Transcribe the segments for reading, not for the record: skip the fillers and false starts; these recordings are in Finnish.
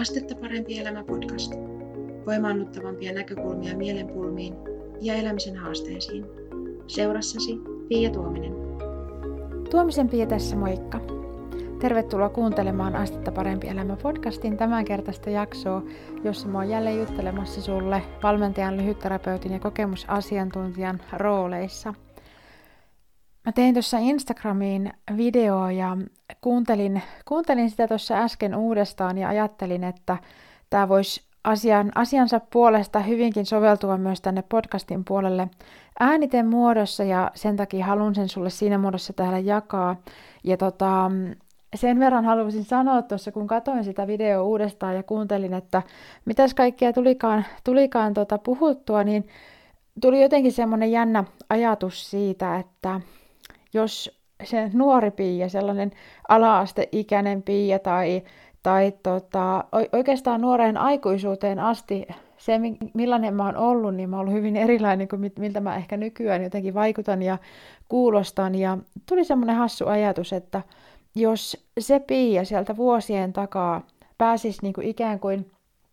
Astetta parempi elämä podcast. Voimaannuttavampia näkökulmia mielenpulmiin ja elämisen haasteisiin. Seurassasi Pia Tuominen. Tuomisen Pia tässä, moikka! Tervetuloa kuuntelemaan Astetta parempi elämä podcastin tämänkertaista jaksoa, jossa mä oon jälleen juttelemassa sulle valmentajan, lyhytterapeutin ja kokemusasiantuntijan rooleissa. Mä tein tuossa Instagramiin videoa ja kuuntelin sitä tuossa äsken uudestaan ja ajattelin, että tämä voisi asiansa puolesta hyvinkin soveltua myös tänne podcastin puolelle ääniten muodossa ja sen takia haluan sen sulle siinä muodossa täällä jakaa. Ja sen verran haluaisin sanoa tuossa, kun katsoin sitä videoa uudestaan ja kuuntelin, että mitäs kaikkea tulikaan puhuttua, niin tuli jotenkin semmoinen jännä ajatus siitä, että jos se nuori Pia, sellainen ala-asteikäinen Pia tai oikeastaan nuoreen aikuisuuteen asti, se millainen mä oon ollut, niin mä oon ollut hyvin erilainen kuin miltä mä ehkä nykyään jotenkin vaikutan ja kuulostan. Ja tuli semmoinen hassu ajatus, että jos se Pia sieltä vuosien takaa pääsisi niin kuin ikään kuin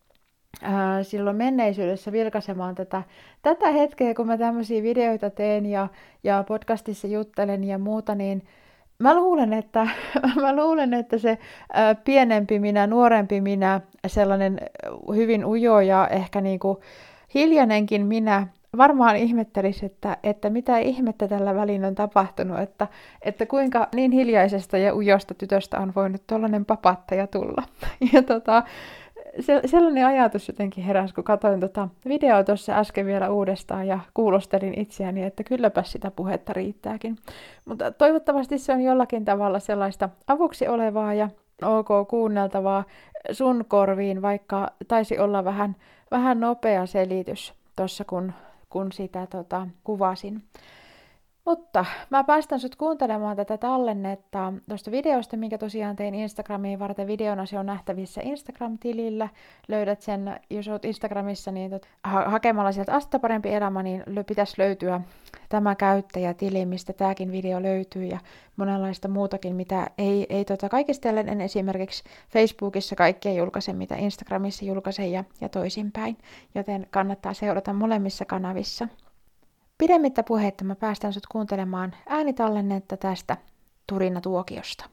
silloin menneisyydessä vilkaisemaan tätä hetkeä, kun mä tämmöisiä videoita teen ja podcastissa juttelen ja muuta, niin mä luulen, että se pienempi minä, nuorempi minä, sellainen hyvin ujo ja ehkä niinku hiljainenkin minä varmaan ihmettelisi, että mitä ihmettä tällä välin on tapahtunut, että kuinka niin hiljaisesta ja ujosta tytöstä on voinut tuollainen papattaja tulla. Ja sellainen ajatus jotenkin heräsi, kun katsoin videoa tuossa äsken vielä uudestaan ja kuulostelin itseäni, että kylläpäs sitä puhetta riittääkin. Mutta toivottavasti se on jollakin tavalla sellaista avuksi olevaa ja ok kuunneltavaa sun korviin, vaikka taisi olla vähän nopea selitys tuossa, kun sitä kuvasin. Mutta mä päästän sut kuuntelemaan tätä tallennetta tuosta videosta, minkä tosiaan tein Instagramiin varten videona. Se on nähtävissä Instagram-tilillä. Löydät sen, jos oot Instagramissa, niin hakemalla sieltä Astetta parempi elämä, niin pitäisi löytyä tämä käyttäjätili, mistä tämäkin video löytyy ja monenlaista muutakin, mitä ei kaikistellen en esimerkiksi Facebookissa kaikkea julkaise, mitä Instagramissa julkaisen ja toisinpäin. Joten kannattaa seurata molemmissa kanavissa. Pidemmittä puheitta mä päästän sut kuuntelemaan äänitallennetta tästä Turina-tuokiosta.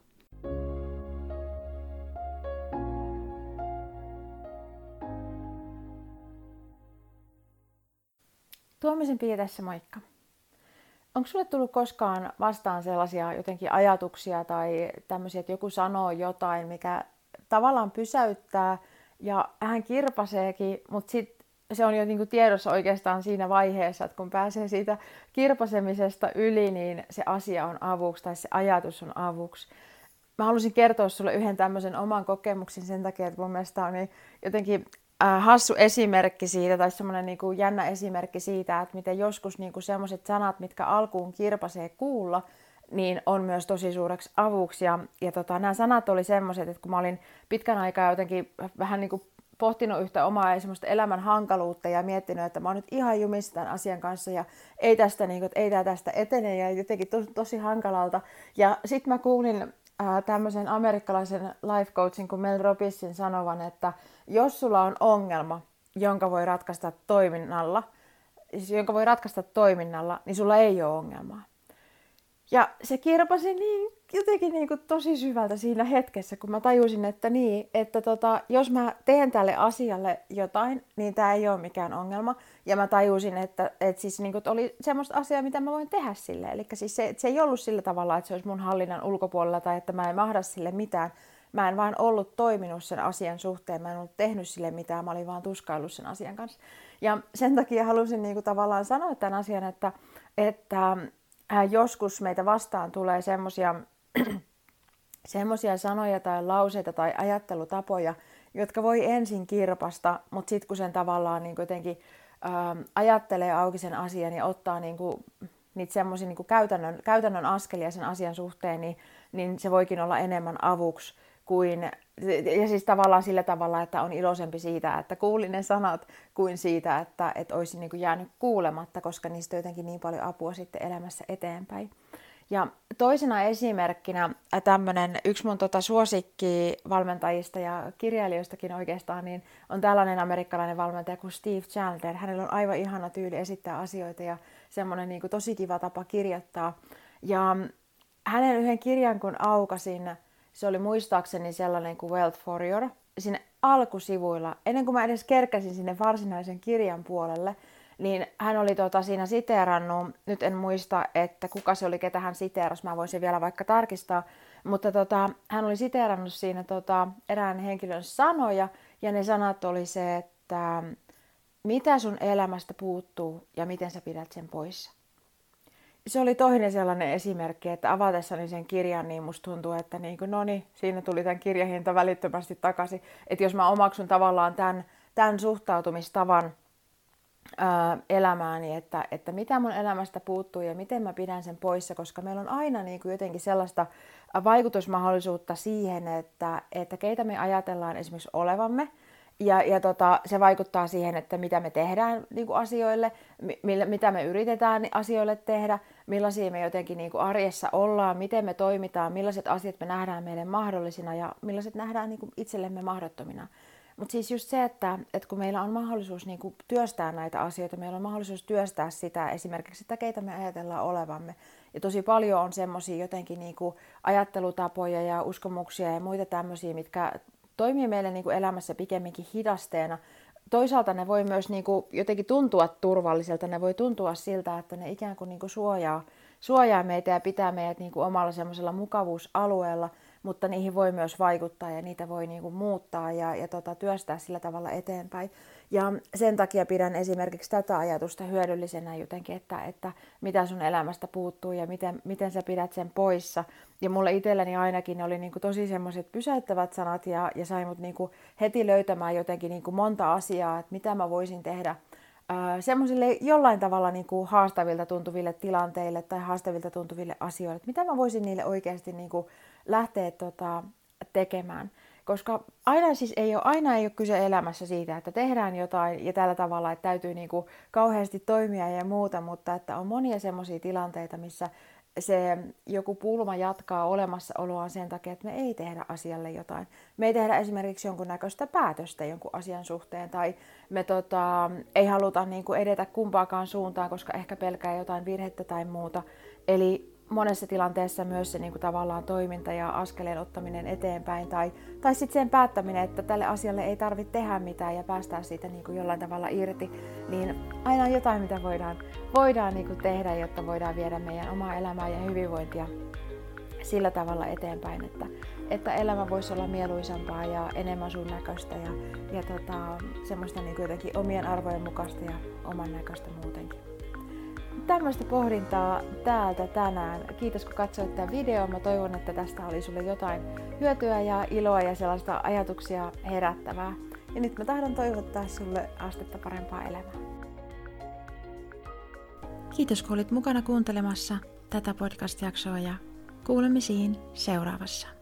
Tuomisen Pia tässä, moikka. Onko sulle tullut koskaan vastaan sellaisia jotenkin ajatuksia tai tämmöisiä, että joku sanoo jotain, mikä tavallaan pysäyttää ja vähän kirpaseekin, mutta sitten se on jo niin kuin tiedossa oikeastaan siinä vaiheessa, että kun pääsee siitä kirpasemisesta yli, niin se asia on avuksi tai se ajatus on avuksi. Mä halusin kertoa sulle yhden tämmöisen oman kokemuksen sen takia, että mun mielestä on niin jotenkin hassu esimerkki siitä tai semmoinen niin kuin jännä esimerkki siitä, että miten joskus niin kuin semmoiset sanat, mitkä alkuun kirpasee kuulla, niin on myös tosi suureksi avuksi. Ja nämä sanat oli semmoiset, että kun mä olin pitkän aikaa jotenkin vähän niin kuin pohtinut yhtä omaa semmoista elämän hankaluutta ja miettinyt, että mä oon nyt ihan jumissa tämän asian kanssa ja ei tää tästä etene ja jotenkin tosi hankalalta. Ja sitten mä kuulin tämmöisen amerikkalaisen life coachin kuin Mel Robbinsin sanovan, että jos sulla on ongelma, jonka voi ratkaista toiminnalla, niin sulla ei ole ongelmaa. Ja se kirpasi jotenkin tosi syvältä siinä hetkessä, kun mä tajusin, että jos mä teen tälle asialle jotain, niin tää ei ole mikään ongelma. Ja mä tajusin, että oli semmoista asiaa, mitä mä voin tehdä sille. Eli siis se ei ollut sillä tavalla, että se olisi mun hallinnan ulkopuolella tai että mä en mahda sille mitään. Mä en vaan ollut toiminut sen asian suhteen, mä en ollut tehnyt sille mitään, mä olin vaan tuskaillut sen asian kanssa. Ja sen takia halusin tavallaan sanoa tämän asian, että joskus meitä vastaan tulee semmoisia sanoja tai lauseita tai ajattelutapoja, jotka voi ensin kirpasta, mutta sitten kun sen tavallaan niin jotenkin ajattelee auki sen asian ja ottaa niitä semmoisia niin käytännön askelia sen asian suhteen, niin se voikin olla enemmän avuksi ja siis tavallaan sillä tavalla, että on iloisempi siitä, että kuulin ne sanat, kuin siitä, että olisi jäänyt kuulematta, koska niistä on jotenkin niin paljon apua sitten elämässä eteenpäin. Ja toisena esimerkkinä tämmöinen yksi mun suosikkivalmentajista ja kirjailijoistakin oikeastaan, niin on tällainen amerikkalainen valmentaja kuin Steve Chandler. Hänellä on aivan ihana tyyli esittää asioita ja semmoinen niin kuin tosi kiva tapa kirjoittaa. Ja hänen yhden kirjan kun aukasin, se oli muistaakseni sellainen kuin Wealth Warrior, siinä alkusivuilla, ennen kuin mä edes kerkäsin sinne varsinaisen kirjan puolelle, niin hän oli siinä siteerannut, nyt en muista, että kuka se oli, ketä hän siteerasi, mä voisin vielä vaikka tarkistaa, mutta hän oli siteerannut siinä erään henkilön sanoja, ja ne sanat oli se, että mitä sun elämästä puuttuu ja miten sä pidät sen poissa. Se oli toinen sellainen esimerkki, että avatessani sen kirjan, niin musta tuntuu, että siinä tuli tämän kirjahinta välittömästi takaisin. Että jos mä omaksun tavallaan tämän suhtautumistavan elämääni, että mitä mun elämästä puuttuu ja miten mä pidän sen poissa, koska meillä on aina jotenkin sellaista vaikutusmahdollisuutta siihen, että keitä me ajatellaan esimerkiksi olevamme, ja se vaikuttaa siihen, että mitä me tehdään asioille, mitä me yritetään asioille tehdä, millaisia me jotenkin arjessa ollaan, miten me toimitaan, millaiset asiat me nähdään meille mahdollisina ja millaiset nähdään itsellemme mahdottomina. Mutta siis just se, että kun meillä on mahdollisuus työstää näitä asioita, meillä on mahdollisuus työstää sitä esimerkiksi, että keitä me ajatellaan olevamme. Ja tosi paljon on semmoisia jotenkin ajattelutapoja ja uskomuksia ja muita tämmöisiä, mitkä toimii meille elämässä pikemminkin hidasteena. Toisaalta ne voi myös jotenkin tuntua turvalliselta, ne voi tuntua siltä, että ne ikään kuin suojaa meitä ja pitää meidät omalla semmoisella mukavuusalueella, mutta niihin voi myös vaikuttaa ja niitä voi muuttaa ja työstää sillä tavalla eteenpäin. Ja sen takia pidän esimerkiksi tätä ajatusta hyödyllisenä jotenkin, että mitä sun elämästä puuttuu ja miten sä pidät sen poissa. Ja mulle itselläni ainakin ne oli tosi semmoiset pysäyttävät sanat ja sai mut heti löytämään jotenkin monta asiaa, että mitä mä voisin tehdä semmoisille jollain tavalla haastavilta tuntuville tilanteille tai haastavilta tuntuville asioille, että mitä mä voisin niille oikeasti lähteä tekemään. Koska aina ei ole kyse elämässä siitä, että tehdään jotain ja tällä tavalla, että täytyy kauheasti toimia ja muuta, mutta että on monia semmoisia tilanteita, missä se joku pulma jatkaa olemassaoloaan sen takia, että me ei tehdä asialle jotain. Me ei tehdä esimerkiksi jonkunnäköistä päätöstä jonkun asian suhteen tai me ei haluta edetä kumpaakaan suuntaan, koska ehkä pelkää jotain virhettä tai muuta. Eli monessa tilanteessa myös se tavallaan toiminta ja askeleen ottaminen eteenpäin tai sitten sen päättäminen, että tälle asialle ei tarvitse tehdä mitään ja päästään siitä jollain tavalla irti, niin aina on jotain, mitä voidaan tehdä, jotta voidaan viedä meidän omaa elämää ja hyvinvointia sillä tavalla eteenpäin, että elämä voisi olla mieluisampaa ja enemmän sun näköistä ja semmoista jotenkin omien arvojen mukaista ja oman näköistä muutenkin. Tämmöistä pohdintaa täältä tänään. Kiitos kun katsoit tämän videon. Mä toivon, että tästä oli sulle jotain hyötyä ja iloa ja sellaista ajatuksia herättävää. Ja nyt mä tahdon toivottaa sulle astetta parempaa elämää. Kiitos kun olit mukana kuuntelemassa tätä podcast-jaksoa ja kuulemisiin seuraavassa.